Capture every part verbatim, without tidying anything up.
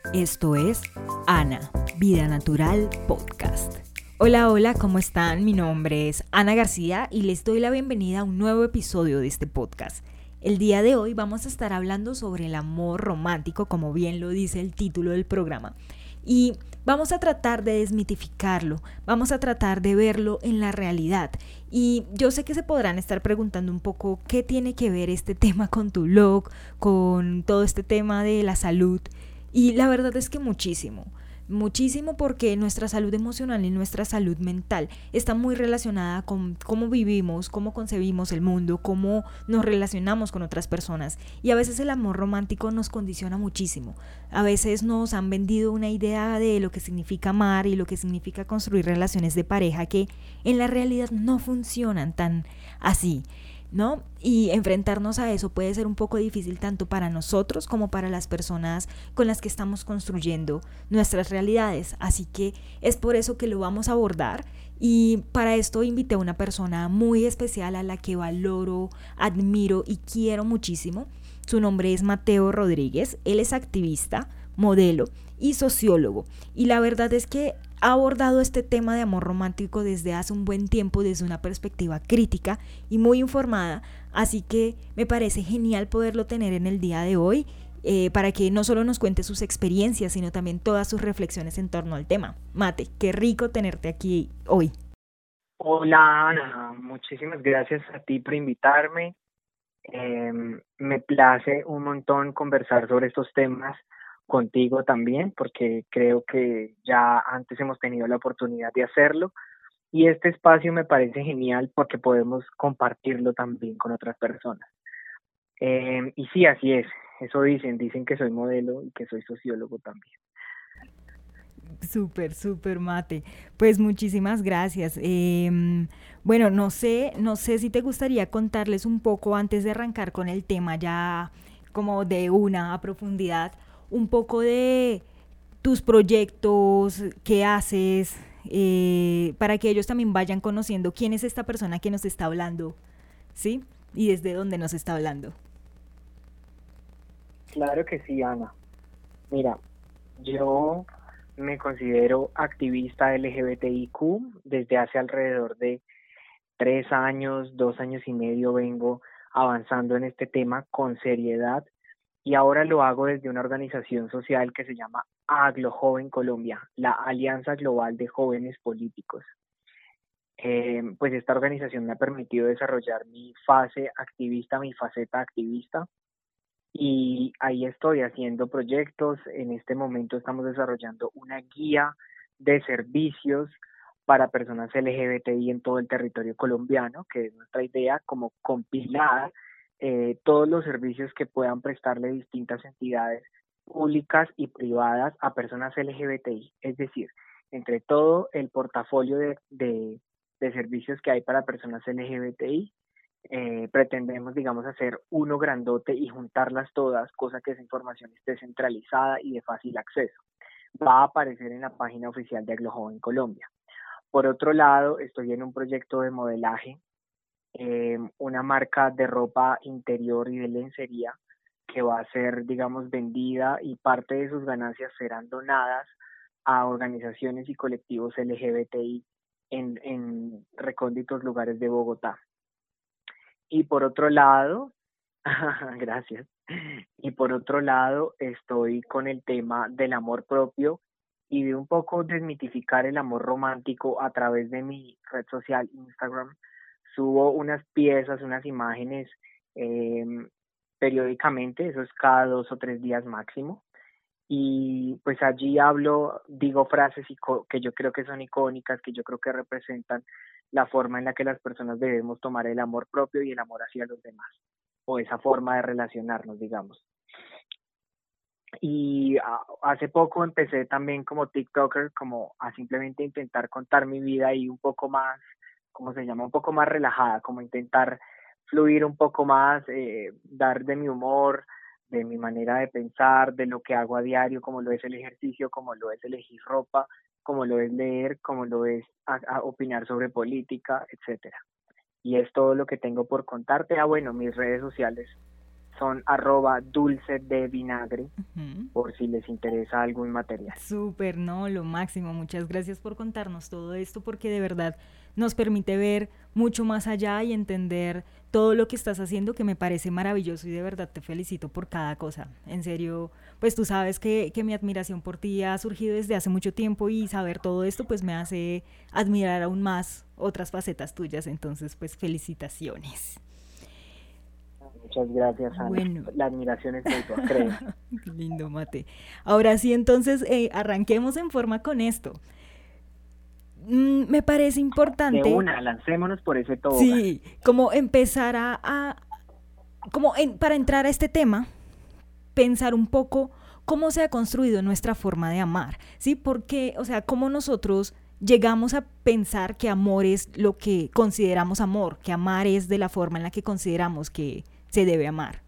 Esto es Ana, Vida Natural Podcast. Hola, hola, ¿cómo están? Mi nombre es Ana García y les doy la bienvenida a un nuevo episodio de este podcast. El día de hoy vamos a estar hablando sobre el amor romántico, como bien lo dice el título del programa. Y vamos a tratar de desmitificarlo, vamos a tratar de verlo en la realidad. Y yo sé que se podrán estar preguntando un poco qué tiene que ver este tema con tu blog, con todo este tema de la salud. Y la verdad es que muchísimo, muchísimo porque nuestra salud emocional y nuestra salud mental está muy relacionada con cómo vivimos, cómo concebimos el mundo, cómo nos relacionamos con otras personas. Y a veces el amor romántico nos condiciona muchísimo. A veces nos han vendido una idea de lo que significa amar y lo que significa construir relaciones de pareja que en la realidad no funcionan tan así, ¿no? Y enfrentarnos a eso puede ser un poco difícil tanto para nosotros como para las personas con las que estamos construyendo nuestras realidades. Así que es por eso que lo vamos a abordar. Y para esto invité a una persona muy especial a la que valoro, admiro y quiero muchísimo. Su nombre es Mateo Rodríguez. Él es activista, modelo y sociólogo. Y la verdad es que ha abordado este tema de amor romántico desde hace un buen tiempo, desde una perspectiva crítica y muy informada, así que me parece genial poderlo tener en el día de hoy, eh, para que no solo nos cuente sus experiencias, sino también todas sus reflexiones en torno al tema. Mate, qué rico tenerte aquí hoy. Hola Ana, muchísimas gracias a ti por invitarme. Eh, me place un montón conversar sobre estos temas contigo también, porque creo que ya antes hemos tenido la oportunidad de hacerlo y este espacio me parece genial porque podemos compartirlo también con otras personas. Eh, y sí, así es, eso dicen, dicen que soy modelo y que soy sociólogo también. Súper, súper, Mate. Pues muchísimas gracias. Eh, bueno, no sé, no sé si te gustaría contarles un poco antes de arrancar con el tema ya como de una a profundidad, un poco de tus proyectos, qué haces, eh, para que ellos también vayan conociendo quién es esta persona que nos está hablando, ¿sí? Y desde dónde nos está hablando. Claro que sí, Ana. Mira, yo me considero activista L G B T I Q desde hace alrededor de tres años, dos años y medio vengo avanzando en este tema con seriedad y ahora lo hago desde una organización social que se llama AGLO Joven Colombia, la Alianza Global de Jóvenes Políticos. Eh, pues esta organización me ha permitido desarrollar mi fase activista, mi faceta activista, y ahí estoy haciendo proyectos. En este momento estamos desarrollando una guía de servicios para personas L G B T I en todo el territorio colombiano, que es nuestra idea, como compilar eh, todos los servicios que puedan prestarle distintas entidades públicas y privadas a personas L G B T I. Es decir, entre todo el portafolio de, de, de servicios que hay para personas L G B T I, eh, pretendemos, digamos, hacer uno grandote y juntarlas todas, cosa que esa información esté centralizada y de fácil acceso. Va a aparecer en la página oficial de Aglo Joven Colombia. Por otro lado, estoy en un proyecto de modelaje, eh, una marca de ropa interior y de lencería que va a ser, digamos, vendida y parte de sus ganancias serán donadas a organizaciones y colectivos L G B T I en, en recónditos lugares de Bogotá. Y por otro lado, gracias. Y por otro lado, estoy con el tema del amor propio y de un poco desmitificar el amor romántico a través de mi red social Instagram. Subo unas piezas, unas imágenes eh, periódicamente, eso es cada dos o tres días máximo. Y pues allí hablo, digo frases que yo creo que son icónicas, que yo creo que representan la forma en la que las personas debemos tomar el amor propio y el amor hacia los demás, o esa forma de relacionarnos, digamos. Y hace poco empecé también como TikToker, como a simplemente intentar contar mi vida y un poco más, ¿cómo se llama? Un poco más relajada, como intentar fluir un poco más, eh, dar de mi humor, de mi manera de pensar, de lo que hago a diario, como lo es el ejercicio, como lo es elegir ropa, como lo es leer, como lo es a, a opinar sobre política, etcétera. Y es todo lo que tengo por contarte. Ah, bueno, mis redes sociales son arroba dulce de vinagre, Ujú. por si les interesa algún material. Súper, no, lo máximo. Muchas gracias por contarnos todo esto porque de verdad nos permite ver mucho más allá y entender todo lo que estás haciendo, que me parece maravilloso y de verdad te felicito por cada cosa. En serio, pues tú sabes que, que mi admiración por ti ha surgido desde hace mucho tiempo y saber todo esto pues me hace admirar aún más otras facetas tuyas. Entonces, pues felicitaciones. Muchas gracias, Ana. Bueno, La admiración es mutua, créeme. qué lindo, Mate. Ahora sí, entonces eh, arranquemos en forma con esto. Mm, me parece De importante, una, lancémonos por ese tobogán. sí, como empezar a, a como en- para entrar a este tema, pensar un poco cómo se ha construido nuestra forma de amar, ¿sí? Porque, o sea, cómo nosotros llegamos a pensar que amor es lo que consideramos amor, que amar es de la forma en la que consideramos que se debe amar.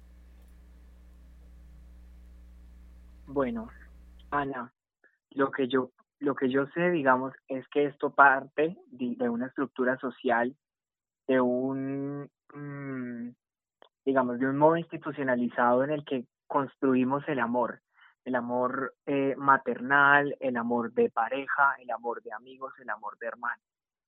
Bueno, Ana, lo que yo, lo que yo sé, digamos, es que esto parte de, de una estructura social, de un, mm, digamos, de un modo institucionalizado en el que construimos el amor, el amor eh, maternal, el amor de pareja, el amor de amigos, el amor de hermanos.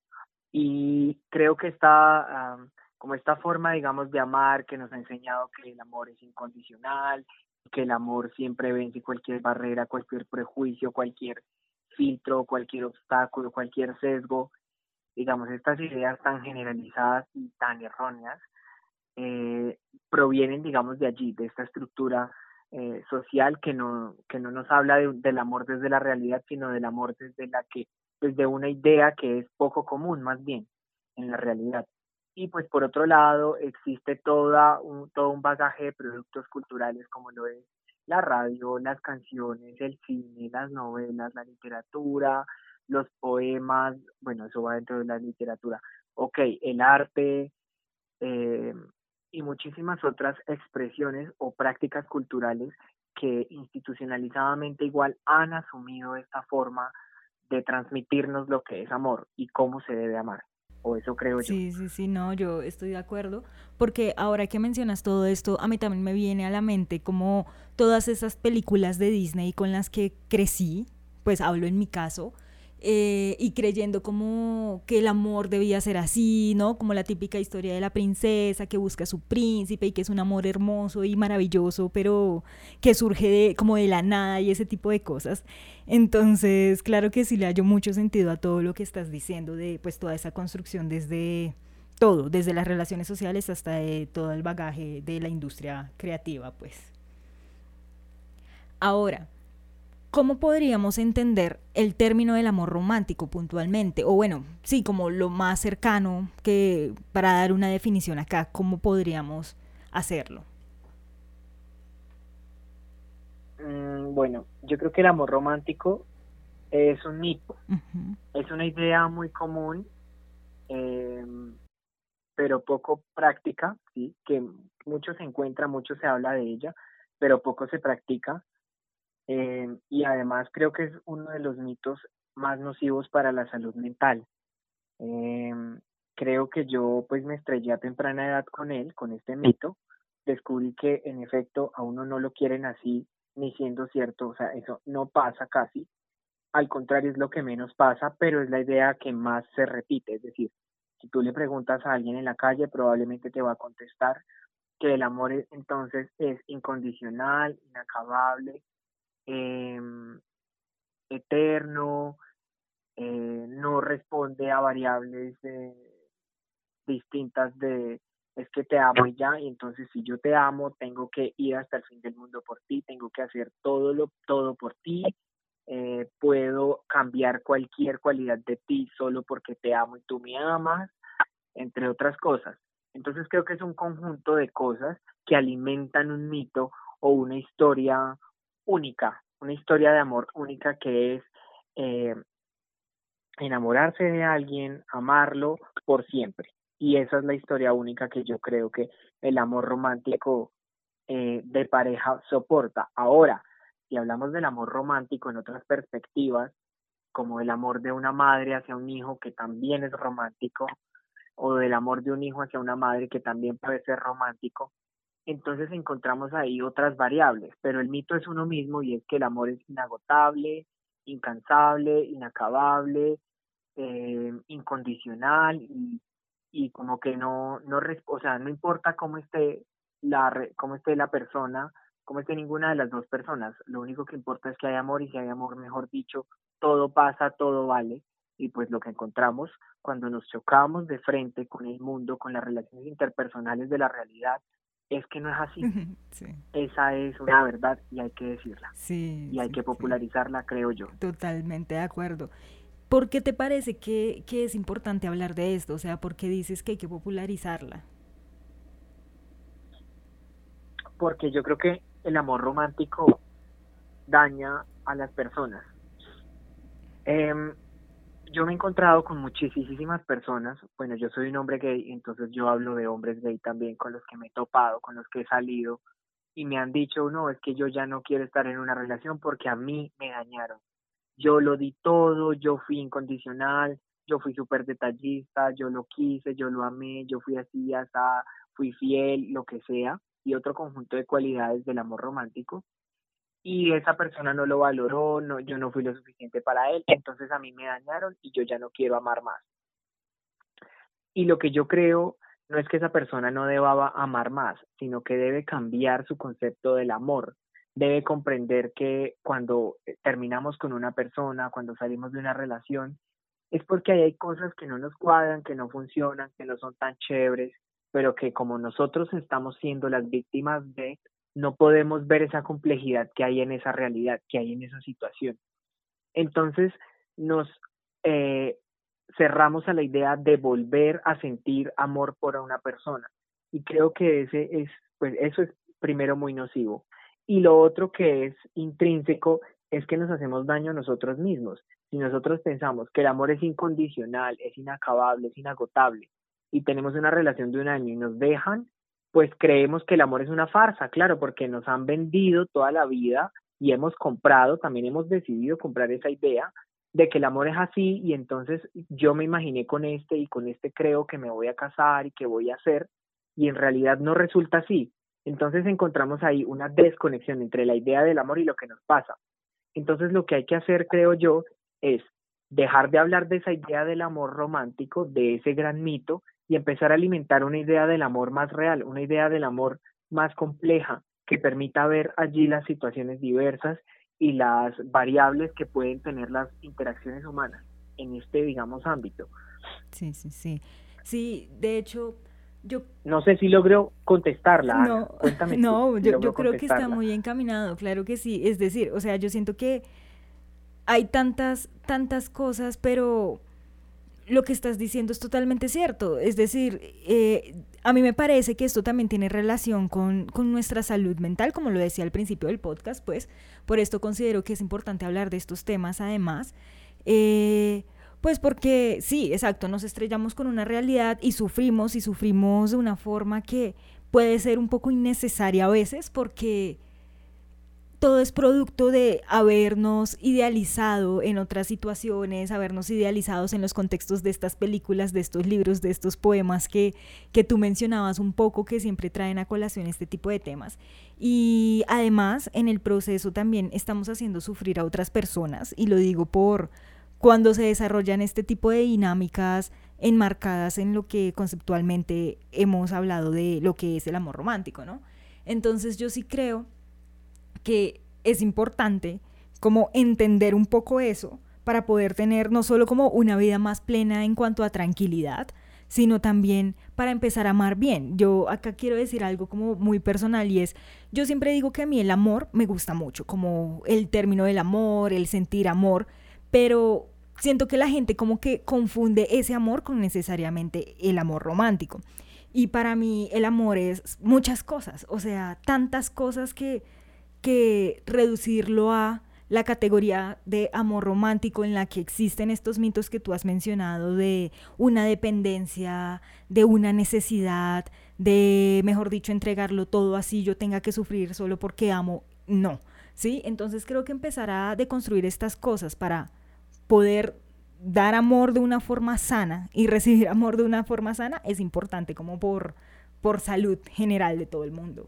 Y creo que esta, um, como esta forma, digamos, de amar que nos ha enseñado que el amor es incondicional, que el amor siempre vence cualquier barrera, cualquier prejuicio, cualquier filtro, cualquier obstáculo, cualquier sesgo, digamos, estas ideas tan generalizadas y tan erróneas, eh, provienen, digamos, de allí, de esta estructura eh, social que no, que no nos habla de, del amor desde la realidad, sino del amor desde la que, desde una idea que es poco común, más bien, en la realidad. Y pues por otro lado, existe toda un, todo un bagaje de productos culturales como lo es la radio, las canciones, el cine, las novelas, la literatura, los poemas, bueno, eso va dentro de la literatura, ok, el arte, eh, y muchísimas otras expresiones o prácticas culturales que institucionalizadamente igual han asumido esta forma de transmitirnos lo que es amor y cómo se debe amar, o eso creo yo. Sí, sí, sí, no, yo estoy de acuerdo, porque ahora que mencionas todo esto, a mí también me viene a la mente como todas esas películas de Disney con las que crecí, pues hablo en mi caso, eh, y creyendo como que el amor debía ser así, ¿no? Como la típica historia de la princesa que busca a su príncipe y que es un amor hermoso y maravilloso, pero que surge de, como de la nada y ese tipo de cosas. Entonces, claro que sí le hallo mucho sentido a todo lo que estás diciendo de pues toda esa construcción desde todo, desde las relaciones sociales hasta de todo el bagaje de la industria creativa, pues. Ahora, ¿cómo podríamos entender el término del amor romántico puntualmente? O bueno, sí, como lo más cercano que para dar una definición acá, ¿cómo podríamos hacerlo? Mm, bueno, yo creo que el amor romántico es un mito, Uh-huh. es una idea muy común, eh, pero poco práctica, ¿sí? Que mucho se encuentra, mucho se habla de ella, pero poco se practica. Eh, y además creo que es uno de los mitos más nocivos para la salud mental. Eh, Creo que yo pues me estrellé a temprana edad con él, con este mito. Descubrí que en efecto a uno no lo quieren así, ni siendo cierto, o sea, eso no pasa casi. Al contrario, es lo que menos pasa, pero es la idea que más se repite. Es decir, si tú le preguntas a alguien en la calle, probablemente te va a contestar que el amor es- entonces es incondicional, inacabable, eh, eterno, eh, no responde a variables eh, distintas de es que te amo y ya, y entonces si yo te amo, tengo que ir hasta el fin del mundo por ti, tengo que hacer todo lo todo por ti, eh, puedo cambiar cualquier cualidad de ti solo porque te amo y tú me amas, entre otras cosas. Entonces creo que es un conjunto de cosas que alimentan un mito o una historia única, una historia de amor única que es eh, enamorarse de alguien, amarlo por siempre. Y esa es la historia única que yo creo que el amor romántico eh, de pareja soporta. Ahora, si hablamos del amor romántico en otras perspectivas, como el amor de una madre hacia un hijo que también es romántico, o del amor de un hijo hacia una madre que también puede ser romántico, entonces encontramos ahí otras variables, pero el mito es uno mismo y es que el amor es inagotable, incansable, inacabable, eh, incondicional y, y como que no, no, o sea, no importa cómo esté la, cómo esté la persona, cómo esté ninguna de las dos personas, lo único que importa es que hay amor y si hay amor, mejor dicho, todo pasa, todo vale. Y pues lo que encontramos cuando nos chocamos de frente con el mundo, con las relaciones interpersonales de la realidad, es que no es así. Sí. Esa es una verdad y hay que decirla. Sí, y hay sí, que popularizarla, sí. Creo yo. Totalmente de acuerdo. ¿Por qué te parece que, que es importante hablar de esto? O sea, ¿por qué dices que hay que popularizarla? Porque yo creo que el amor romántico daña a las personas. Eh, yo me he encontrado con muchísimas personas, bueno, yo soy un hombre gay, entonces yo hablo de hombres gay también, con los que me he topado, con los que he salido, y me han dicho, no, es que yo ya no quiero estar en una relación porque a mí me dañaron. Yo lo di todo, yo fui incondicional, yo fui súper detallista, yo lo quise, yo lo amé, yo fui así, hasta fui fiel, lo que sea, y otro conjunto de cualidades del amor romántico. Y esa persona no lo valoró, no, yo no fui lo suficiente para él, entonces a mí me dañaron y yo ya no quiero amar más. Y lo que yo creo no es que esa persona no deba amar más, sino que debe cambiar su concepto del amor. Debe comprender que cuando terminamos con una persona, cuando salimos de una relación, es porque ahí hay cosas que no nos cuadran, que no funcionan, que no son tan chéveres, pero que como nosotros estamos siendo las víctimas de, no podemos ver esa complejidad que hay en esa realidad, que hay en esa situación. Entonces nos eh, cerramos a la idea de volver a sentir amor por una persona. Y creo que ese es, pues eso es primero muy nocivo. Y lo otro que es intrínseco es que nos hacemos daño a nosotros mismos. Si nosotros pensamos que el amor es incondicional, es inacabable, es inagotable, y tenemos una relación de un año y nos dejan, pues creemos que el amor es una farsa, claro, porque nos han vendido toda la vida y hemos comprado, también hemos decidido comprar esa idea de que el amor es así y entonces yo me imaginé con este y con este creo que me voy a casar y que voy a hacer y en realidad no resulta así. Entonces encontramos ahí una desconexión entre la idea del amor y lo que nos pasa. Entonces lo que hay que hacer, creo yo, es dejar de hablar de esa idea del amor romántico, de ese gran mito, y empezar a alimentar una idea del amor más real, una idea del amor más compleja, que permita ver allí las situaciones diversas y las variables que pueden tener las interacciones humanas en este, digamos, ámbito. Sí, sí, sí. Sí, de hecho, yo... No sé si logro contestarla, Ana. No, Cuéntame no, tú, si yo, yo creo que está muy encaminado, claro que sí. Es decir, o sea, yo siento que hay tantas, tantas cosas, pero lo que estás diciendo es totalmente cierto. Es decir, eh, a mí me parece que esto también tiene relación con, con nuestra salud mental, como lo decía al principio del podcast, pues por esto considero que es importante hablar de estos temas además. Eh, pues porque sí, exacto, nos estrellamos con una realidad y sufrimos y sufrimos de una forma que puede ser un poco innecesaria a veces porque todo es producto de habernos idealizado en otras situaciones, habernos idealizados en los contextos de estas películas, de estos libros, de estos poemas que, que tú mencionabas un poco, que siempre traen a colación este tipo de temas. Y además, en el proceso también estamos haciendo sufrir a otras personas, y lo digo por cuando se desarrollan este tipo de dinámicas enmarcadas en lo que conceptualmente hemos hablado de lo que es el amor romántico, ¿no? Entonces yo sí creo que es importante como entender un poco eso para poder tener no solo como una vida más plena en cuanto a tranquilidad, sino también para empezar a amar bien. Yo acá quiero decir algo como muy personal y es, yo siempre digo que a mí el amor me gusta mucho, como el término del amor, el sentir amor, pero siento que la gente como que confunde ese amor con necesariamente el amor romántico. Y para mí el amor es muchas cosas, o sea, tantas cosas que que reducirlo a la categoría de amor romántico en la que existen estos mitos que tú has mencionado de una dependencia, de una necesidad, de, mejor dicho, entregarlo todo así yo tenga que sufrir solo porque amo, no, ¿sí? Entonces creo que empezar a deconstruir estas cosas para poder dar amor de una forma sana y recibir amor de una forma sana es importante como por, por salud general de todo el mundo.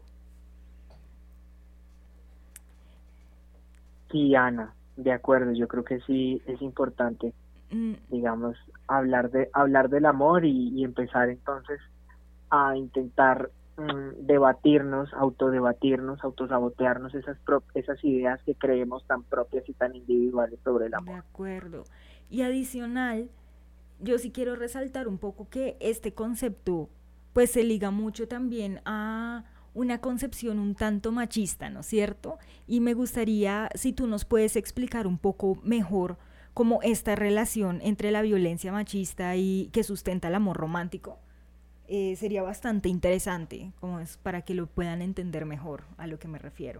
Sí, Ana, de acuerdo, yo creo que sí es importante, Mm, digamos, hablar de hablar del amor y, y empezar entonces a intentar mm, debatirnos, autodebatirnos, autosabotearnos esas pro- esas ideas que creemos tan propias y tan individuales sobre el de amor. acuerdo. Y adicional, yo sí quiero resaltar un poco que este concepto pues se liga mucho también a una concepción un tanto machista, ¿no es cierto? Y me gustaría si tú nos puedes explicar un poco mejor cómo esta relación entre la violencia machista y que sustenta el amor romántico. Eh, sería bastante interesante, como es para que lo puedan entender mejor a lo que me refiero.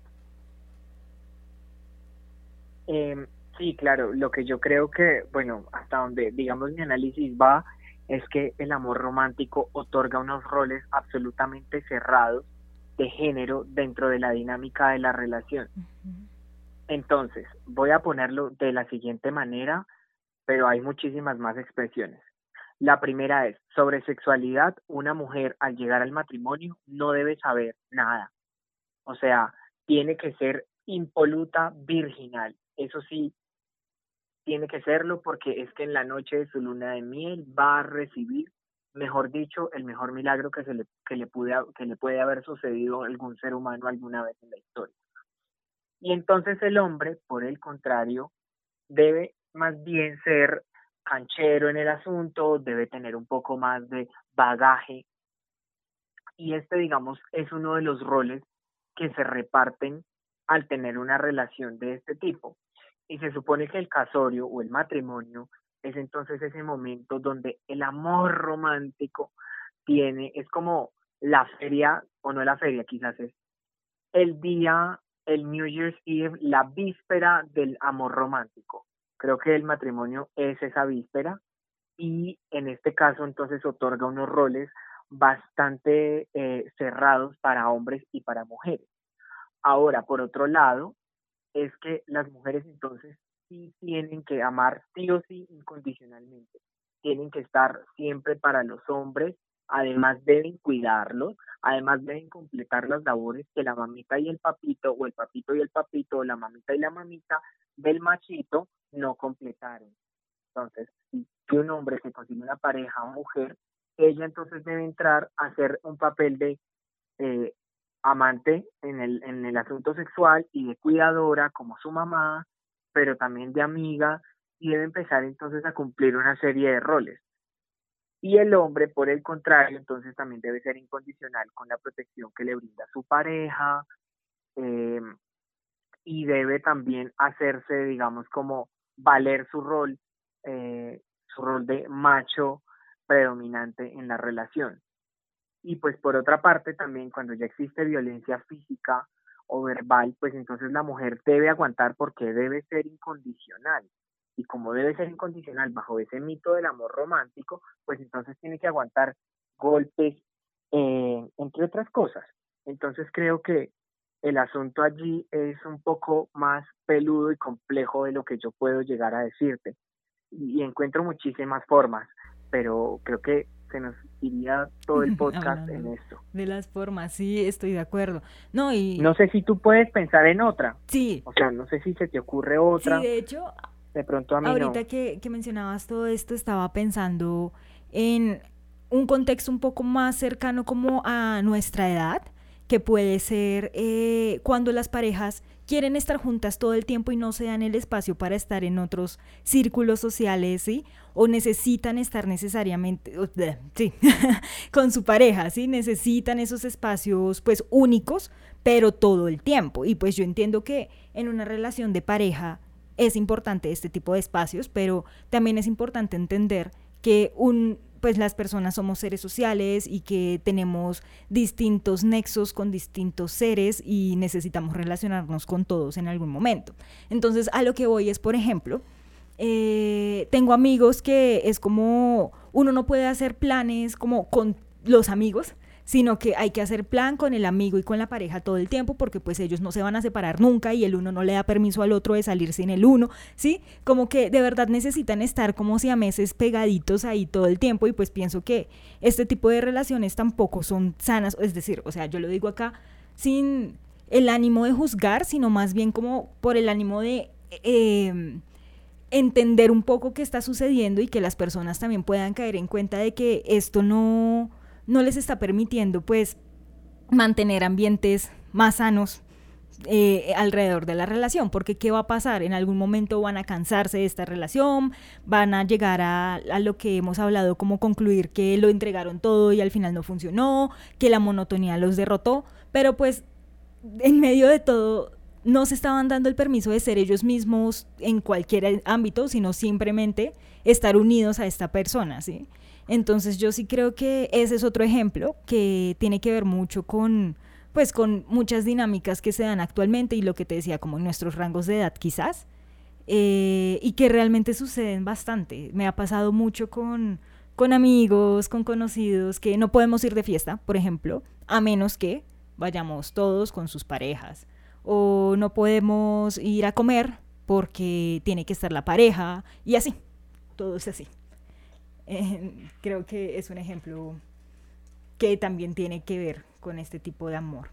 Em, sí, claro, lo que yo creo que, bueno, hasta donde, digamos, mi análisis va, es que el amor romántico otorga unos roles absolutamente cerrados de género dentro de la dinámica de la relación. Uh-huh. Entonces, voy a ponerlo de la siguiente manera, pero hay muchísimas más expresiones. La primera es, sobre sexualidad, una mujer al llegar al matrimonio no debe saber nada. O sea, tiene que ser impoluta, virginal. Eso sí, tiene que serlo porque es que en la noche de su luna de miel va a recibir, mejor dicho, el mejor milagro que se le que le pude que le puede haber sucedido a algún ser humano alguna vez en la historia. Y entonces el hombre, por el contrario, debe más bien ser canchero en el asunto, debe tener un poco más de bagaje y este, digamos, es uno de los roles que se reparten al tener una relación de este tipo. Y se supone que el casorio o el matrimonio es entonces ese momento donde el amor romántico tiene, es como la feria, o no la feria, quizás es el día, el New Year's Eve, la víspera del amor romántico. Creo que el matrimonio es esa víspera y en este caso entonces otorga unos roles bastante eh, cerrados para hombres y para mujeres. Ahora, por otro lado, es que las mujeres entonces sí tienen que amar sí o sí incondicionalmente, tienen que estar siempre para los hombres, además deben cuidarlos, además deben completar las labores que la mamita y el papito, o el papito y el papito, o la mamita y la mamita del machito no completaron. Entonces, si un hombre se consigue una pareja o mujer, ella entonces debe entrar a hacer un papel de eh, amante en el, en el asunto sexual y de cuidadora como su mamá, pero también de amiga, y debe empezar entonces a cumplir una serie de roles. Y el hombre, por el contrario, entonces también debe ser incondicional con la protección que le brinda su pareja, eh, y debe también hacerse, digamos, como valer su rol, eh, su rol de macho predominante en la relación. Y pues por otra parte también cuando ya existe violencia física o verbal, pues entonces la mujer debe aguantar porque debe ser incondicional. Y como debe ser incondicional bajo ese mito del amor romántico, pues entonces tiene que aguantar golpes, eh, entre otras cosas. Entonces creo que el asunto allí es un poco más peludo y complejo de lo que yo puedo llegar a decirte. Y, y encuentro muchísimas formas, pero creo que se nos iría todo el podcast en Hablando esto. de las formas, sí, estoy de acuerdo. No, y No sé si tú puedes pensar en otra, sí, o sea, no sé si se te ocurre sí, otra, de hecho, de pronto a mí no. ahorita que, que mencionabas todo esto, estaba pensando en un contexto un poco más cercano como a nuestra edad, que puede ser eh, cuando las parejas quieren estar juntas todo el tiempo y no se dan el espacio para estar en otros círculos sociales, ¿sí? O necesitan estar necesariamente, uh, sí, con su pareja, ¿sí? Necesitan esos espacios, pues, únicos, pero todo el tiempo. Y pues yo entiendo que en una relación de pareja es importante este tipo de espacios, pero también es importante entender que un, pues las personas somos seres sociales y que tenemos distintos nexos con distintos seres y necesitamos relacionarnos con todos en algún momento. Entonces, a lo que voy es, por ejemplo, eh, tengo amigos que es como uno no puede hacer planes como con los amigos, sino que hay que hacer plan con el amigo y con la pareja todo el tiempo, porque pues ellos no se van a separar nunca y el uno no le da permiso al otro de salir sin el uno, ¿sí? Como que de verdad necesitan estar como siameses pegaditos ahí todo el tiempo, y pues pienso que este tipo de relaciones tampoco son sanas, es decir, o sea, yo lo digo acá sin el ánimo de juzgar, sino más bien como por el ánimo de eh, entender un poco qué está sucediendo y que las personas también puedan caer en cuenta de que esto no... no les está permitiendo pues mantener ambientes más sanos eh, alrededor de la relación, porque ¿qué va a pasar? En algún momento van a cansarse de esta relación, van a llegar a, a lo que hemos hablado, como concluir que lo entregaron todo y al final no funcionó, que la monotonía los derrotó, pero pues en medio de todo no se estaban dando el permiso de ser ellos mismos en cualquier ámbito, sino simplemente estar unidos a esta persona, ¿sí? Entonces yo sí creo que ese es otro ejemplo que tiene que ver mucho con, pues, con muchas dinámicas que se dan actualmente y lo que te decía, como en nuestros rangos de edad quizás, eh, y que realmente suceden bastante. Me ha pasado mucho con, con amigos, con conocidos, que no podemos ir de fiesta, por ejemplo, a menos que vayamos todos con sus parejas, o no podemos ir a comer porque tiene que estar la pareja, y así, todo es así. Eh, creo que es un ejemplo que también tiene que ver con este tipo de amor.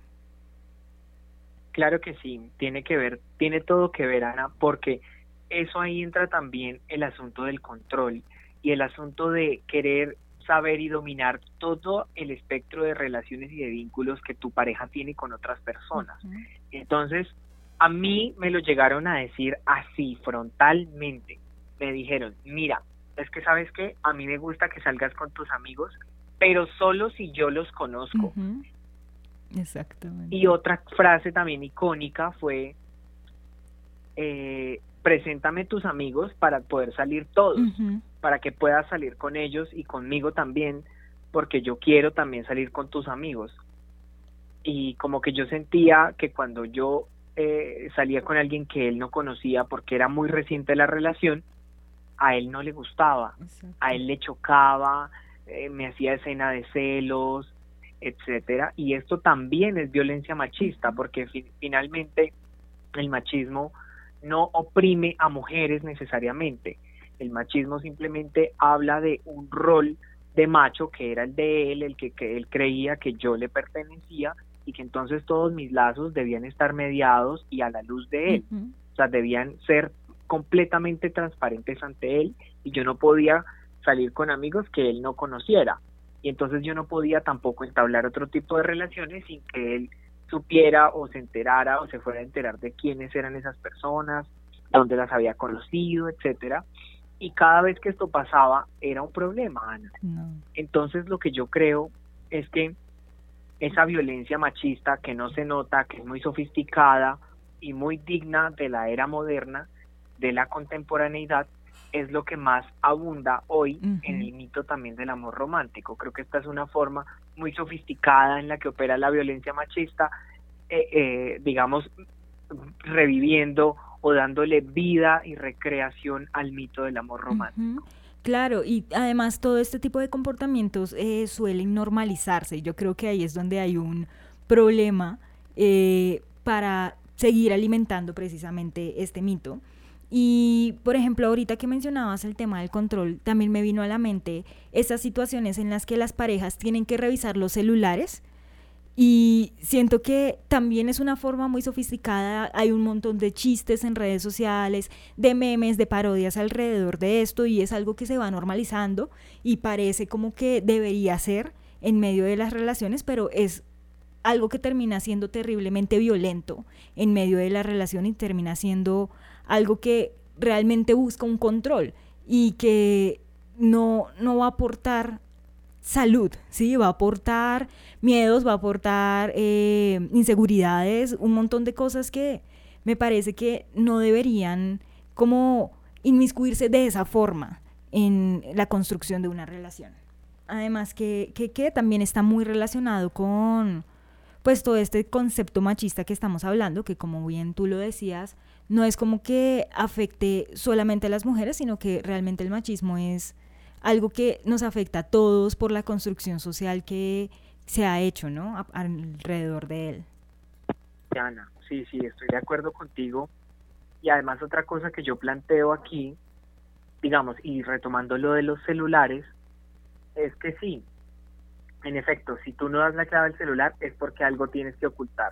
Claro que sí, tiene que ver, tiene todo que ver, Ana, porque eso ahí entra también el asunto del control y el asunto de querer saber y dominar todo el espectro de relaciones y de vínculos que tu pareja tiene con otras personas. Uh-huh. Entonces, a mí me lo llegaron a decir así, frontalmente. Me dijeron, mira, es que ¿sabes qué? A mí me gusta que salgas con tus amigos, pero solo si yo los conozco. Uh-huh. Exactamente. Y otra frase también icónica fue, eh, preséntame tus amigos para poder salir todos, uh-huh. para que puedas salir con ellos y conmigo también, porque yo quiero también salir con tus amigos. Y como que yo sentía que cuando yo eh, salía con alguien que él no conocía, porque era muy reciente la relación, a él no le gustaba, exacto. A él le chocaba, eh, me hacía escena de celos, etcétera, y esto también es violencia machista, porque fi- finalmente el machismo no oprime a mujeres necesariamente, el machismo simplemente habla de un rol de macho que era el de él, el que, que él creía que yo le pertenecía, y que entonces todos mis lazos debían estar mediados y a la luz de él, uh-huh. O sea, debían ser completamente transparentes ante él, y yo no podía salir con amigos que él no conociera, y entonces yo no podía tampoco entablar otro tipo de relaciones sin que él supiera o se enterara o se fuera a enterar de quiénes eran esas personas, dónde las había conocido, etcétera. Y cada vez que esto pasaba era un problema, Ana. No. Entonces lo que yo creo es que esa violencia machista que no se nota, que es muy sofisticada y muy digna de la era moderna, de la contemporaneidad, es lo que más abunda hoy uh-huh. en el mito también del amor romántico. Creo que esta es una forma muy sofisticada en la que opera la violencia machista, eh, eh, digamos, reviviendo o dándole vida y recreación al mito del amor romántico. Uh-huh. Claro, y además todo este tipo de comportamientos eh, suelen normalizarse. Yo creo que ahí es donde hay un problema eh, para seguir alimentando precisamente este mito. Y, por ejemplo, ahorita que mencionabas el tema del control, también me vino a la mente esas situaciones en las que las parejas tienen que revisar los celulares, y siento que también es una forma muy sofisticada. Hay un montón de chistes en redes sociales, de memes, de parodias alrededor de esto, y es algo que se va normalizando y parece como que debería ser en medio de las relaciones, pero es algo que termina siendo terriblemente violento en medio de la relación y termina siendo algo que realmente busca un control y que no, no va a aportar salud, ¿sí? Va a aportar miedos, va a aportar eh, inseguridades, un montón de cosas que me parece que no deberían como inmiscuirse de esa forma en la construcción de una relación. Además que, que, que también está muy relacionado con pues todo este concepto machista que estamos hablando, que como bien tú lo decías, no es como que afecte solamente a las mujeres, sino que realmente el machismo es algo que nos afecta a todos por la construcción social que, se ha hecho, ¿no? A- alrededor de él. Ana, sí, sí, estoy de acuerdo contigo. Y además otra cosa que yo planteo aquí, digamos, y retomando lo de los celulares, es que sí, en efecto, si tú no das la clave del celular es porque algo tienes que ocultar,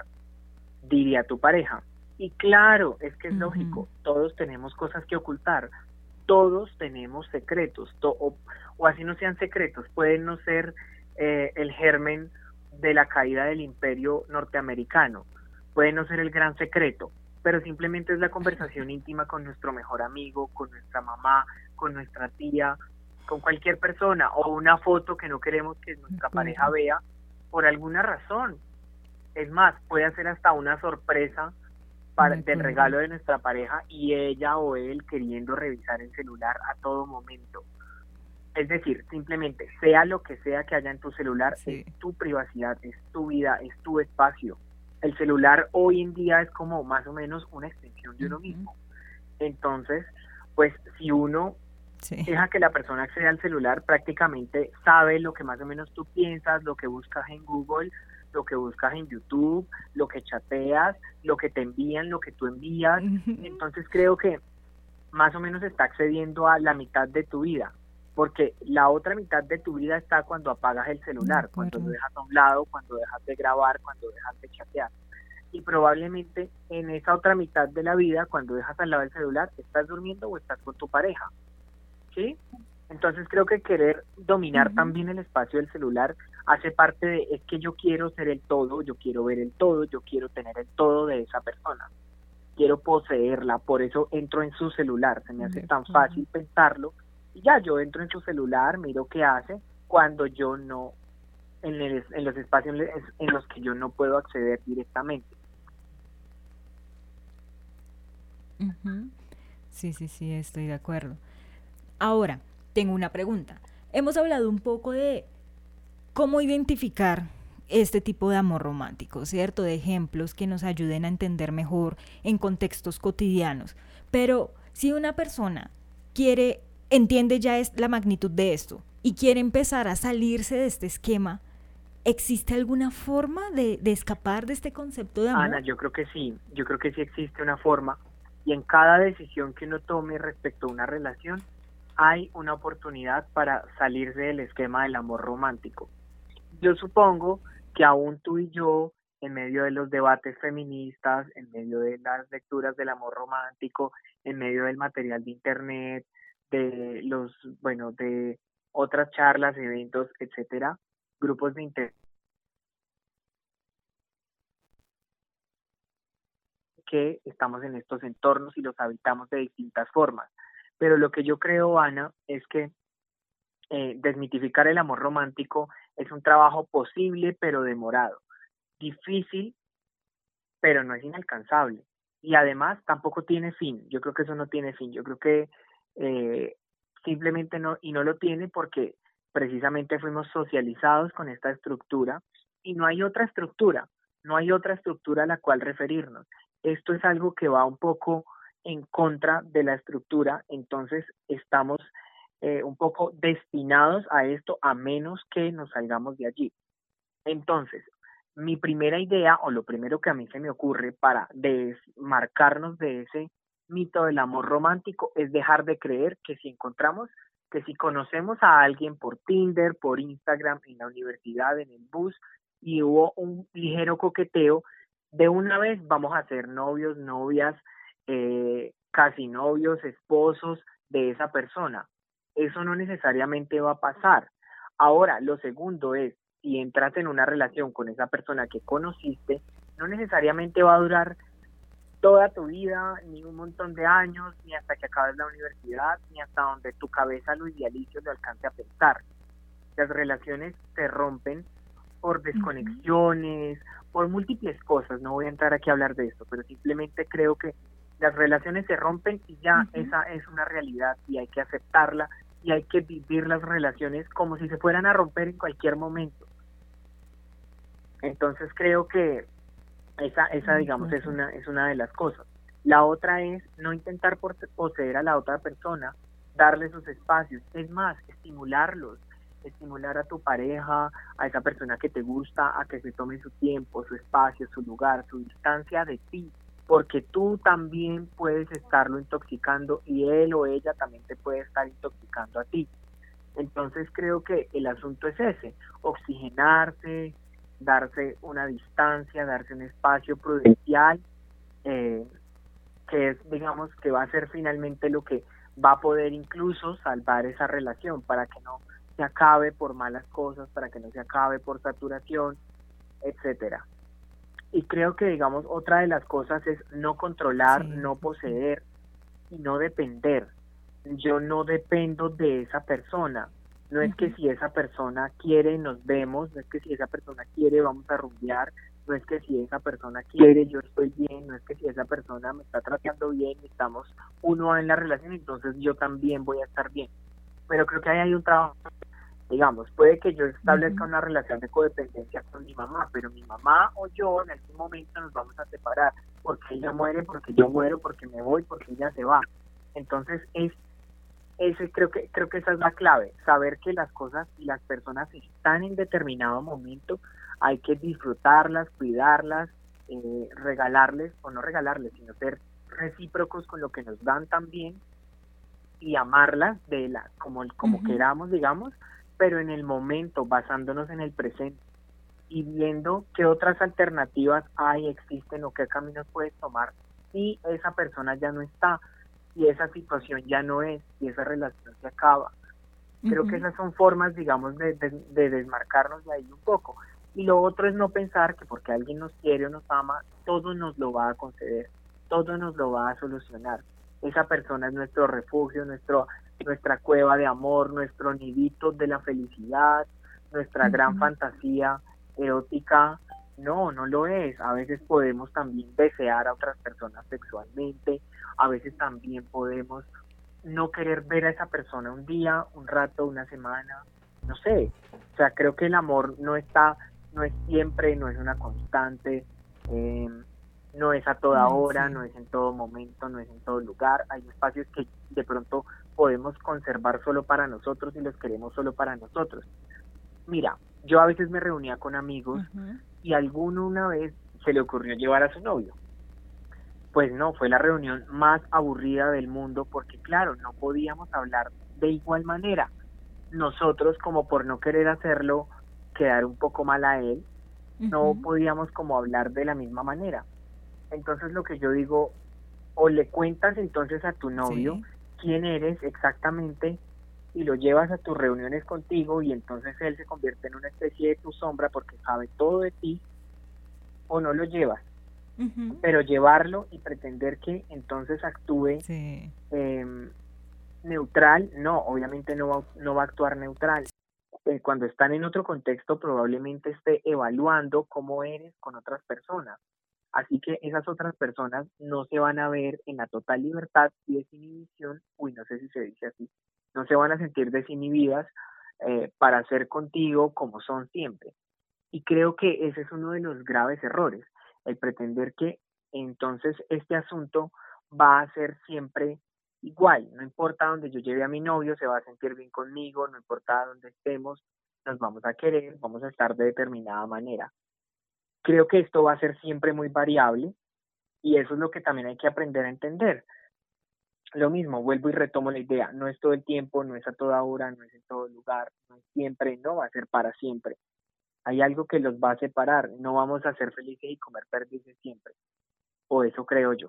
diría tu pareja. Y claro, es que es Ujú. lógico, todos tenemos cosas que ocultar, todos tenemos secretos, to- o, o así no sean secretos, pueden no ser eh, el germen de la caída del imperio norteamericano, puede no ser el gran secreto, pero simplemente es la conversación íntima con nuestro mejor amigo, con nuestra mamá, con nuestra tía, con cualquier persona, o una foto que no queremos que De nuestra pareja acuerdo. vea por alguna razón. Es más, puede ser hasta una sorpresa De para, del acuerdo. regalo de nuestra pareja y ella o él queriendo revisar el celular a todo momento. Es decir, simplemente, sea lo que sea que haya en tu celular, es Sí. tu privacidad, es tu vida, es tu espacio. El celular hoy en día es como más o menos una extensión de uno Ujú. mismo. Entonces, pues si uno Sí. deja que la persona acceda al celular, prácticamente sabe lo que más o menos tú piensas, lo que buscas en Google, lo que buscas en YouTube, lo que chateas, lo que te envían, lo que tú envías. Ujú. Entonces creo que más o menos está accediendo a la mitad de tu vida, porque la otra mitad de tu vida está cuando apagas el De celular, cuando lo acuerdo. dejas a un lado, cuando dejas de grabar, cuando dejas de chatear. Y probablemente en esa otra mitad de la vida, cuando dejas al lado el celular, estás durmiendo o estás con tu pareja, ¿sí? Entonces creo que querer dominar Ujú. también el espacio del celular hace parte de, es que yo quiero ser el todo, yo quiero ver el todo, yo quiero tener el todo de esa persona, quiero poseerla, por eso entro en su celular, se me hace De tan acuerdo. fácil pensarlo, y ya yo entro en su celular, miro qué hace, cuando yo no, en, el, en los espacios en los que yo no puedo acceder directamente. Ujú. Sí, sí, sí, estoy de acuerdo. Ahora, tengo una pregunta. Hemos hablado un poco de cómo identificar este tipo de amor romántico, ¿cierto? De ejemplos que nos ayuden a entender mejor en contextos cotidianos. Pero si una persona quiere, entiende ya es la magnitud de esto y quiere empezar a salirse de este esquema, ¿existe alguna forma de, de escapar de este concepto de Ana, amor? yo creo que sí, yo creo que sí existe una forma, y en cada decisión que uno tome respecto a una relación, hay una oportunidad para salirse del esquema del amor romántico. Yo supongo que aún tú y yo, en medio de los debates feministas, en medio de las lecturas del amor romántico, en medio del material de internet, de los, bueno, de otras charlas, eventos, etcétera, grupos de interés, que estamos en estos entornos y los habitamos de distintas formas. Pero lo que yo creo, Ana, es que eh, desmitificar el amor romántico es un trabajo posible pero demorado, difícil pero no es inalcanzable. Y además tampoco tiene fin. Yo creo que eso no tiene fin. Yo creo que eh, simplemente no, y no lo tiene porque precisamente fuimos socializados con esta estructura y no hay otra estructura, no hay otra estructura a la cual referirnos. Esto es algo que va un poco en contra de la estructura, entonces estamos eh, un poco destinados a esto a menos que nos salgamos de allí. Entonces, mi primera idea o lo primero que a mí se me ocurre para desmarcarnos de ese mito del amor romántico es dejar de creer que si encontramos, que si conocemos a alguien por Tinder, por Instagram, en la universidad, en el bus y hubo un ligero coqueteo, de una vez vamos a ser novios, novias, eh, casi novios, esposos de esa persona. Eso no necesariamente va a pasar. Ahora, lo segundo es, si entras en una relación con esa persona que conociste, no necesariamente va a durar toda tu vida, ni un montón de años, ni hasta que acabes la universidad, ni hasta donde tu cabeza lo idealice o lo alcance a pensar. Las relaciones se rompen por Ujú. desconexiones, por múltiples cosas. No voy a entrar aquí a hablar de esto, pero simplemente creo que las relaciones se rompen y ya Ujú. esa es una realidad y hay que aceptarla y hay que vivir las relaciones como si se fueran a romper en cualquier momento. Entonces creo que esa, esa De digamos, es acuerdo. una, es una de las cosas. La otra es no intentar poseer a la otra persona, darle sus espacios, es más, estimularlos, estimular a tu pareja, a esa persona que te gusta, a que se tome su tiempo, su espacio, su lugar, su distancia de ti, porque tú también puedes estarlo intoxicando y él o ella también te puede estar intoxicando a ti. Entonces creo que el asunto es ese, oxigenarse, darse una distancia, darse un espacio prudencial, eh, que es, digamos, que va a ser finalmente lo que va a poder incluso salvar esa relación para que no se acabe por malas cosas, para que no se acabe por saturación, etcétera. Y creo que, digamos, otra de las cosas es no controlar, sí, no poseer y no depender. Yo no dependo de esa persona. No es que si esa persona quiere nos vemos, no es que si esa persona quiere vamos a rumbear, no es que si esa persona quiere yo estoy bien, no es que si esa persona me está tratando bien y estamos uno en la relación, entonces yo también voy a estar bien. Pero creo que ahí hay un trabajo, digamos, puede que yo establezca uh-huh. una relación de codependencia con mi mamá, pero mi mamá o yo en algún momento nos vamos a separar, porque ella muere, porque yo muero, porque me voy, porque ella se va. Entonces es ese creo que creo que esa es la clave, saber que las cosas y las personas están en determinado momento, hay que disfrutarlas, cuidarlas, eh, regalarles o no regalarles, sino ser recíprocos con lo que nos dan también y amarlas de la como como uh-huh. queramos, digamos, pero en el momento, basándonos en el presente y viendo qué otras alternativas hay, existen o qué caminos puedes tomar si esa persona ya no está, y esa situación ya no es, y esa relación se acaba. Creo uh-huh. que esas son formas, digamos, de, de, de desmarcarnos de ahí un poco. Y lo otro es no pensar que porque alguien nos quiere o nos ama, todo nos lo va a conceder, todo nos lo va a solucionar. Esa persona es nuestro refugio, nuestro, nuestra cueva de amor, nuestro nidito de la felicidad, nuestra uh-huh. gran fantasía erótica. No, no lo es. A veces podemos también desear a otras personas sexualmente, a veces también podemos no querer ver a esa persona un día, un rato, una semana, no sé. O sea, creo que el amor no está, no es siempre, no es una constante, eh, no es a toda hora, sí. no es en todo momento, no es en todo lugar. Hay espacios que de pronto podemos conservar solo para nosotros y los queremos solo para nosotros. Mira, yo a veces me reunía con amigos uh-huh. y a alguno una vez se le ocurrió llevar a su novio. Pues no, fue la reunión más aburrida del mundo porque claro, no podíamos hablar de igual manera. Nosotros, como por no querer hacerlo quedar un poco mal a él, uh-huh. no podíamos como hablar de la misma manera. Entonces lo que yo digo, o le cuentas entonces a tu novio sí. quién eres exactamente y lo llevas a tus reuniones contigo y entonces él se convierte en una especie de tu sombra porque sabe todo de ti, o no lo llevas. Uh-huh. Pero llevarlo y pretender que entonces actúe sí. eh, neutral, no, obviamente no va, no va a actuar neutral. Eh, cuando están en otro contexto probablemente esté evaluando cómo eres con otras personas. Así que esas otras personas no se van a ver en la total libertad y desinhibición, uy, no sé si se dice así, no se van a sentir desinhibidas eh, para ser contigo como son siempre. Y creo que ese es uno de los graves errores, el pretender que entonces este asunto va a ser siempre igual, no importa donde yo lleve a mi novio, se va a sentir bien conmigo, no importa dónde estemos, nos vamos a querer, vamos a estar de determinada manera. Creo que esto va a ser siempre muy variable y eso es lo que también hay que aprender a entender. Lo mismo, vuelvo y retomo la idea, no es todo el tiempo, no es a toda hora, no es en todo lugar, no es siempre, no va a ser para siempre. Hay algo que los va a separar, no vamos a ser felices y comer perdices siempre, o eso creo yo.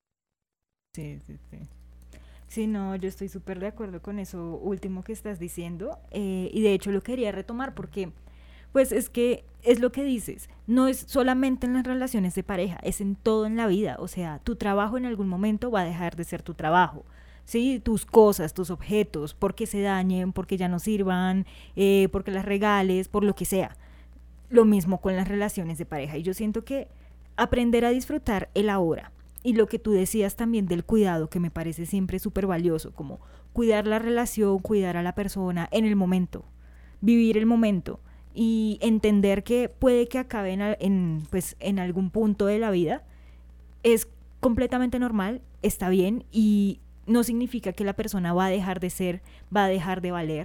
Sí, sí, sí. Sí, no, yo estoy súper de acuerdo con eso último que estás diciendo, eh, y de hecho lo quería retomar porque, pues es que es lo que dices, no es solamente en las relaciones de pareja, es en todo en la vida, o sea, tu trabajo en algún momento va a dejar de ser tu trabajo, ¿sí? Tus cosas, tus objetos, porque se dañen, porque ya no sirvan, eh, porque las regales, por lo que sea. Lo mismo con las relaciones de pareja, y yo siento que aprender a disfrutar el ahora, y lo que tú decías también del cuidado, que me parece siempre súper valioso, como cuidar la relación, cuidar a la persona en el momento, vivir el momento, y entender que puede que acabe en, en, pues, en algún punto de la vida, es completamente normal, está bien, y no significa que la persona va a dejar de ser, va a dejar de valer.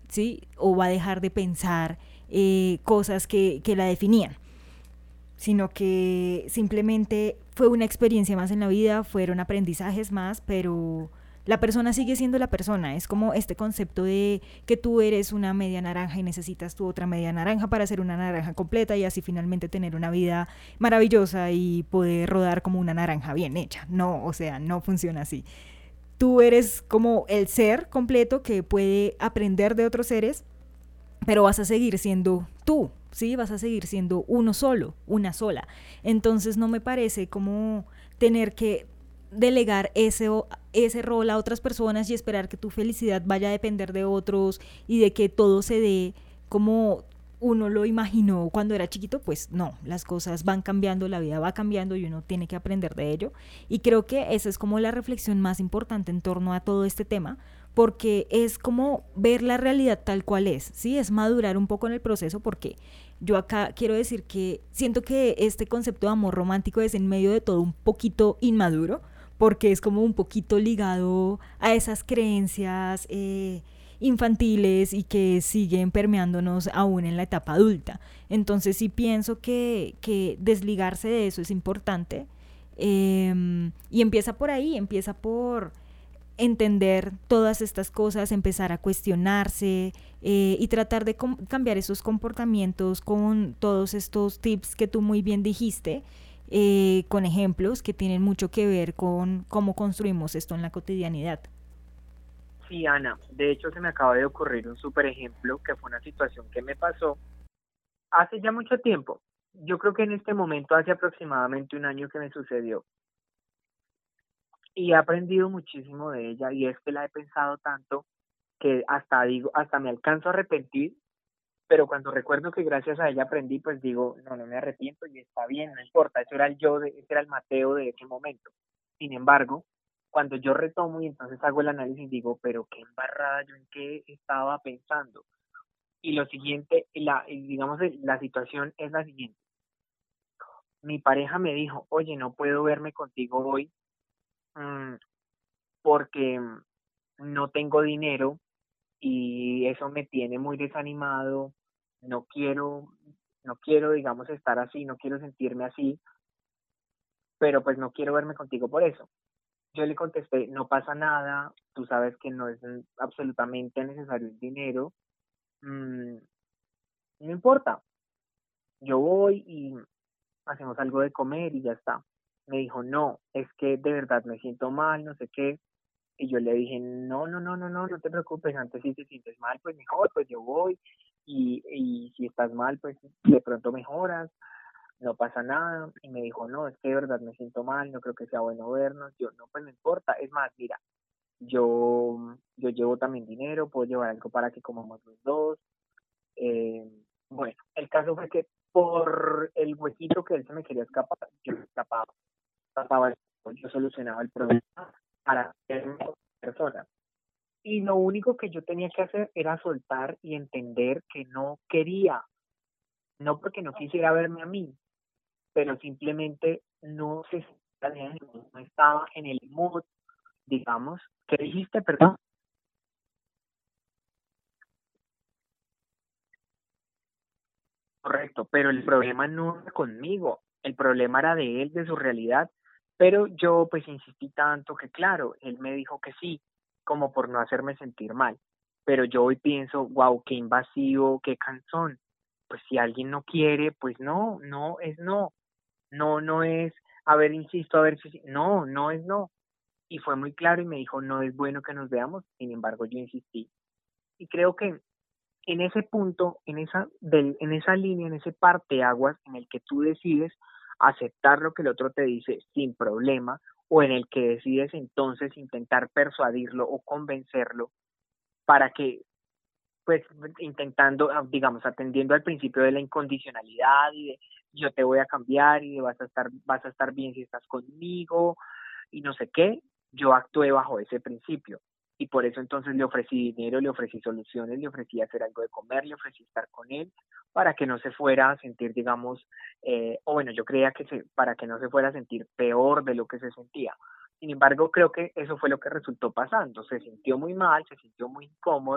¿sí? O va a dejar de pensar eh, cosas que, que la definían, sino que simplemente fue una experiencia más en la vida, fueron aprendizajes más, pero la persona sigue siendo la persona. Es como este concepto de que tú eres una media naranja y necesitas tu otra media naranja para ser una naranja completa y así finalmente tener una vida maravillosa y poder rodar como una naranja bien hecha. No, o sea, no funciona así. Tú eres como el ser completo que puede aprender de otros seres, pero vas a seguir siendo tú, ¿sí? Vas a seguir siendo uno solo, una sola. Entonces no me parece como tener que delegar ese, ese rol a otras personas y esperar que tu felicidad vaya a depender de otros y de que todo se dé como uno lo imaginó cuando era chiquito. Pues no, las cosas van cambiando, la vida va cambiando y uno tiene que aprender de ello. Y creo que esa es como la reflexión más importante en torno a todo este tema, porque es como ver la realidad tal cual es, ¿sí? Es madurar un poco en el proceso, porque yo acá quiero decir que siento que este concepto de amor romántico es en medio de todo un poquito inmaduro, porque es como un poquito ligado a esas creencias eh, infantiles y que siguen permeándonos aún en la etapa adulta. Entonces sí pienso que, que desligarse de eso es importante, eh, y empieza por ahí, empieza por entender todas estas cosas, empezar a cuestionarse eh, y tratar de com- cambiar esos comportamientos con todos estos tips que tú muy bien dijiste, eh, con ejemplos que tienen mucho que ver con cómo construimos esto en la cotidianidad. Sí, Ana, de hecho se me acaba de ocurrir un súper ejemplo que fue una situación que me pasó hace ya mucho tiempo. Yo creo que en este momento hace aproximadamente un año que me sucedió y he aprendido muchísimo de ella, y es que la he pensado tanto que hasta digo, hasta me alcanzo a arrepentir, pero cuando recuerdo que gracias a ella aprendí, pues digo, no, no me arrepiento y está bien, no importa, eso era el yo, de, ese era el Mateo de ese momento. Sin embargo, cuando yo retomo y entonces hago el análisis, digo, pero qué embarrada, yo en qué estaba pensando. Y lo siguiente, la, digamos, la situación es la siguiente. Mi pareja me dijo, oye, no puedo verme contigo hoy mmm, porque no tengo dinero y eso me tiene muy desanimado, no quiero, no quiero, digamos, estar así, no quiero sentirme así, pero pues no quiero verme contigo por eso. Yo le contesté, no pasa nada, tú sabes que no es absolutamente necesario el dinero, mmm, no importa, yo voy y hacemos algo de comer y ya está. Me dijo, no, es que de verdad me siento mal, no sé qué. Y yo le dije, no, no, no, no, no, no te preocupes, antes si te sientes mal, pues mejor, pues yo voy. Y, y si estás mal, pues de pronto mejoras, no pasa nada. Y me dijo, no, es que de verdad me siento mal, no creo que sea bueno vernos. Yo, no, pues no importa. Es más, mira, yo, yo llevo también dinero, puedo llevar algo para que comamos los dos. Eh, bueno, el caso fue que por el huequito que él se me quería escapar, yo escapaba, escapaba, yo solucionaba el problema para ser mejor persona. Y lo único que yo tenía que hacer era soltar y entender que no quería, no porque no quisiera verme a mí, pero simplemente no se no estaba en el mood, digamos. ¿Qué dijiste, perdón? Correcto, pero el problema no era conmigo, el problema era de él, de su realidad, pero yo pues insistí tanto que claro, él me dijo que sí, como por no hacerme sentir mal, pero yo hoy pienso, wow, qué invasivo, qué cansón, pues si alguien no quiere, pues no, no es no, no, no es, a ver, insisto, a ver si, sí, no, no es no, y fue muy claro y me dijo, no es bueno que nos veamos, sin embargo yo insistí, y creo que en ese punto, en esa, del, en esa línea, en ese parteaguas en el que tú decides aceptar lo que el otro te dice sin problema, o en el que decides entonces intentar persuadirlo o convencerlo para que, pues, intentando, ah, digamos, atendiendo al principio de la incondicionalidad y de yo te voy a cambiar y de vas a estar, vas a estar bien si estás conmigo y no sé qué, yo actué bajo ese principio. Y por eso entonces le ofrecí dinero, le ofrecí soluciones, le ofrecí hacer algo de comer, le ofrecí estar con él para que no se fuera a sentir, digamos, eh, o bueno, yo creía que se, para que no se fuera a sentir peor de lo que se sentía. Sin embargo, creo que eso fue lo que resultó pasando. Se sintió muy mal, se sintió muy incómodo,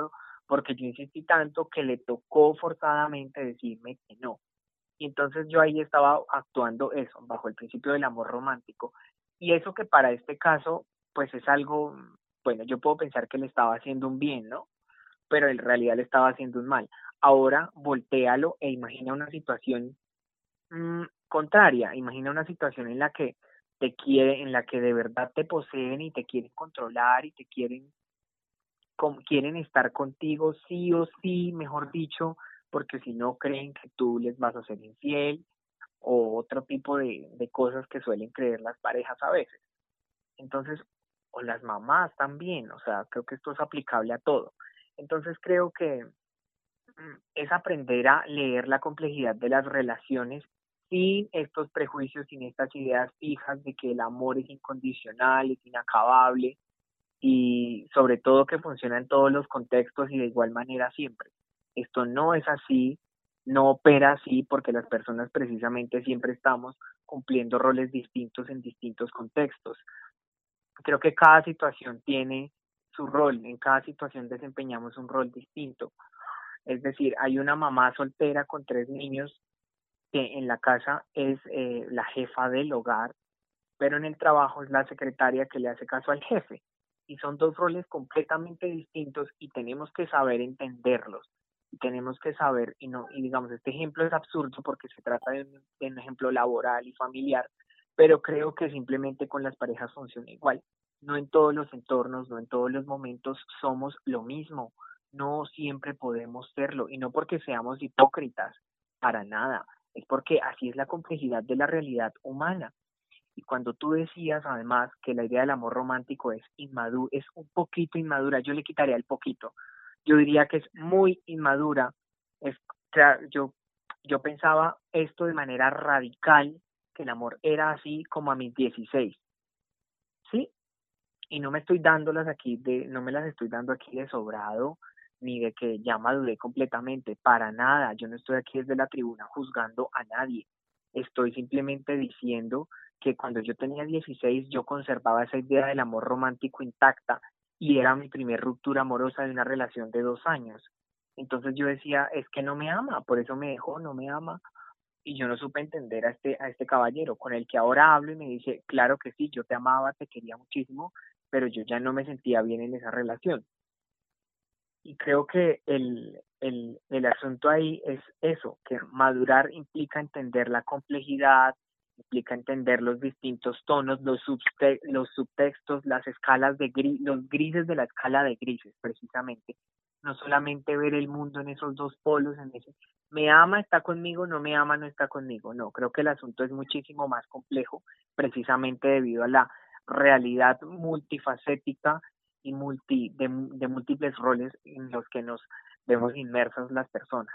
porque yo insistí tanto que le tocó forzadamente decirme que no. Y entonces yo ahí estaba actuando eso, bajo el principio del amor romántico. Y eso que para este caso, pues es algo, bueno, yo puedo pensar que le estaba haciendo un bien, ¿no? Pero en realidad le estaba haciendo un mal. Ahora voltéalo e imagina una situación mm, contraria, imagina una situación en la que te quiere, en la que de verdad te poseen y te quieren controlar y te quieren con- quieren estar contigo sí o sí, mejor dicho, porque si no creen que tú les vas a ser infiel o otro tipo de, de cosas que suelen creer las parejas a veces. Entonces, o las mamás también, o sea, creo que esto es aplicable a todo. Entonces creo que mm, es aprender a leer la complejidad de las relaciones sin estos prejuicios, sin estas ideas fijas de que el amor es incondicional, es inacabable, y sobre todo que funciona en todos los contextos y de igual manera siempre. Esto no es así, no opera así porque las personas precisamente siempre estamos cumpliendo roles distintos en distintos contextos. Creo que cada situación tiene su rol, en cada situación desempeñamos un rol distinto. Es decir, hay una mamá soltera con tres niños que en la casa es eh, la jefa del hogar, pero en el trabajo es la secretaria que le hace caso al jefe. Y son dos roles completamente distintos y tenemos que saber entenderlos. Y tenemos que saber, y no, y digamos, este ejemplo es absurdo porque se trata de un, de un ejemplo laboral y familiar, pero creo que simplemente con las parejas funciona igual. No en todos los entornos, no en todos los momentos somos lo mismo. No siempre podemos serlo, y no porque seamos hipócritas, para nada. Es porque así es la complejidad de la realidad humana. Y cuando tú decías además que la idea del amor romántico es inmadura, es un poquito inmadura, yo le quitaría el poquito. Yo diría que es muy inmadura. Es, claro, yo, yo pensaba esto de manera radical, que el amor era así como a mis dieciséis, ¿sí? Y no me estoy dándolas aquí de, no me las estoy dando aquí de sobrado, ni de que ya maduré completamente, para nada. Yo no estoy aquí desde la tribuna juzgando a nadie. Estoy simplemente diciendo que cuando yo tenía dieciséis yo conservaba esa idea del amor romántico intacta y era mi primer ruptura amorosa de una relación de dos años. Entonces yo decía, es que no me ama, por eso me dejó, no me ama. Y yo no supe entender a este, a este caballero con el que ahora hablo y me dice, claro que sí, yo te amaba, te quería muchísimo, pero yo ya no me sentía bien en esa relación. Y creo que el, el, el asunto ahí es eso, que madurar implica entender la complejidad, implica entender los distintos tonos, los, subte los subtextos, las escalas de gris, los grises de la escala de grises, precisamente. No solamente ver el mundo en esos dos polos, en ese, me ama, está conmigo, no me ama, no está conmigo. No, creo que el asunto es muchísimo más complejo, precisamente debido a la realidad multifacética y multi, de, de múltiples roles en los que nos vemos inmersas las personas.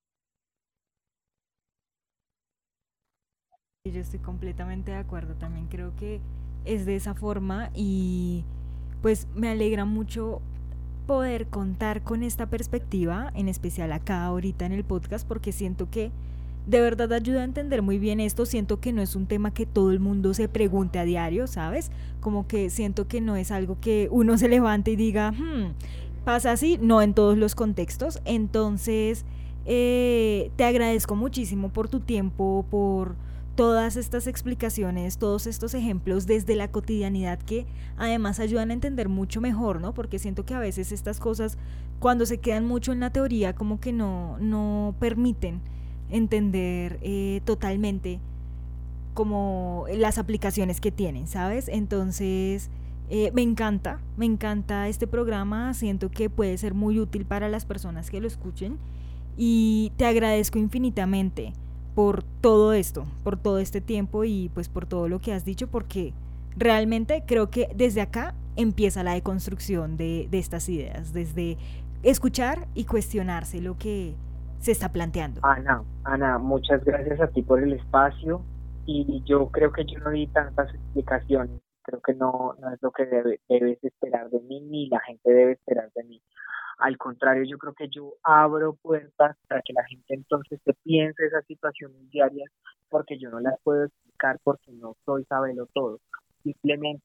Yo estoy completamente de acuerdo, también creo que es de esa forma y pues me alegra mucho poder contar con esta perspectiva, en especial acá ahorita en el podcast, porque siento que de verdad ayuda a entender muy bien esto. Siento que no es un tema que todo el mundo se pregunte a diario, ¿sabes? Como que siento que no es algo que uno se levante y diga, hmm, pasa así, no en todos los contextos. Entonces, eh, te agradezco muchísimo por tu tiempo, por todas estas explicaciones, todos estos ejemplos desde la cotidianidad que además ayudan a entender mucho mejor, ¿no? Porque siento que a veces estas cosas, cuando se quedan mucho en la teoría, como que no, no permiten entender eh, totalmente como las aplicaciones que tienen, ¿sabes? Entonces, eh, me encanta, me encanta este programa, siento que puede ser muy útil para las personas que lo escuchen y te agradezco infinitamente por todo esto, por todo este tiempo y pues por todo lo que has dicho, porque realmente creo que desde acá empieza la deconstrucción de, de estas ideas, desde escuchar y cuestionarse lo que se está planteando. Ana, Ana, muchas gracias a ti por el espacio y yo creo que yo no di tantas explicaciones, creo que no, no es lo que debe, debes esperar de mí ni la gente debe esperar de mí. Al contrario, yo creo que yo abro puertas para que la gente entonces se piense esas situaciones diarias porque yo no las puedo explicar porque no soy sabelo todo. Simplemente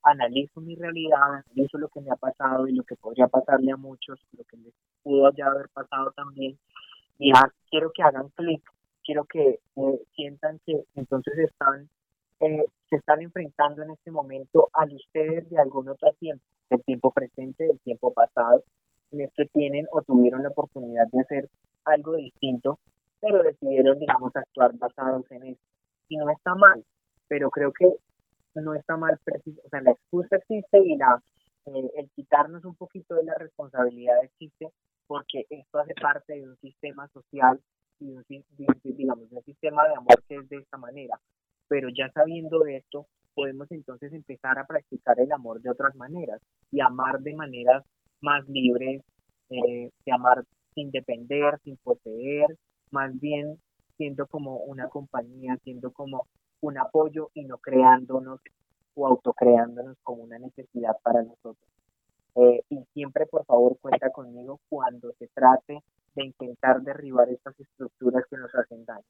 analizo mi realidad, analizo lo que me ha pasado y lo que podría pasarle a muchos, lo que les pudo ya haber pasado también, y ya quiero que hagan clic, quiero que eh, sientan que entonces están eh, se están enfrentando en este momento al ustedes de algún otro tiempo, del tiempo presente, del tiempo pasado, en el que tienen o tuvieron la oportunidad de hacer algo distinto, pero decidieron, digamos, actuar basados en eso. Y no está mal, pero creo que no está mal, o sea, la excusa existe y la eh, el quitarnos un poquito de la responsabilidad existe, porque esto hace parte de un sistema social y un, digamos, de un sistema de amor que es de esta manera. Pero ya sabiendo esto, podemos entonces empezar a practicar el amor de otras maneras y amar de maneras más libres, eh, de amar sin depender, sin poseer, más bien siendo como una compañía, siendo como un apoyo y no creándonos o autocreándonos como una necesidad para nosotros. Eh, y siempre, por favor, cuenta conmigo cuando se trate de intentar derribar estas estructuras que nos hacen daño.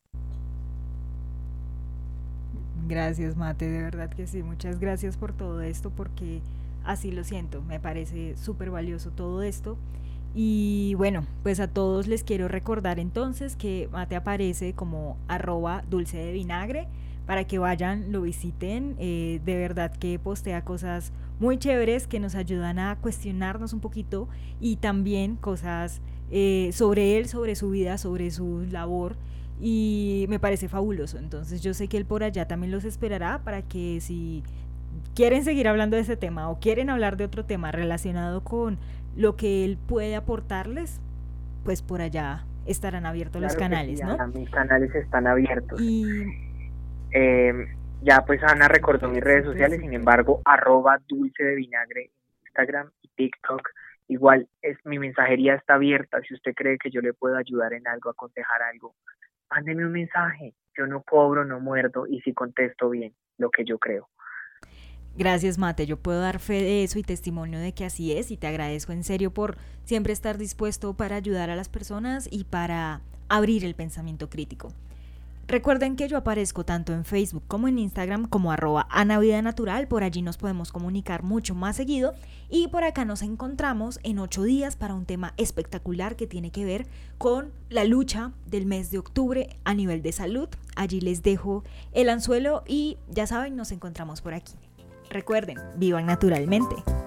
Gracias, Mate, de verdad que sí, muchas gracias por todo esto, porque así lo siento, me parece súper valioso todo esto. Y bueno, pues a todos les quiero recordar entonces que Mate aparece como arroba dulce de vinagre, para que vayan, lo visiten, eh, de verdad que postea cosas muy chéveres que nos ayudan a cuestionarnos un poquito, y también cosas eh, sobre él, sobre su vida, sobre su labor, y me parece fabuloso. Entonces yo sé que él por allá también los esperará, para que si quieren seguir hablando de ese tema o quieren hablar de otro tema relacionado con lo que él puede aportarles, pues por allá estarán abiertos claro los canales, sí, ¿no? Ana, mis canales están abiertos. Y eh, ya pues Ana recordó mis redes sociales, sin embargo, arroba dulce de vinagre, Instagram y TikTok. Igual es mi mensajería está abierta. Si usted cree que yo le puedo ayudar en algo, aconsejar algo, mándeme un mensaje. Yo no cobro, no muerdo, y sí contesto bien lo que yo creo. Gracias, Mate, yo puedo dar fe de eso y testimonio de que así es, y te agradezco en serio por siempre estar dispuesto para ayudar a las personas y para abrir el pensamiento crítico. Recuerden que yo aparezco tanto en Facebook como en Instagram como arroba Ana Vida Natural, por allí nos podemos comunicar mucho más seguido, y por acá nos encontramos en ocho días para un tema espectacular que tiene que ver con la lucha del mes de octubre a nivel de salud. Allí les dejo el anzuelo y ya saben, nos encontramos por aquí. Recuerden, vivan naturalmente.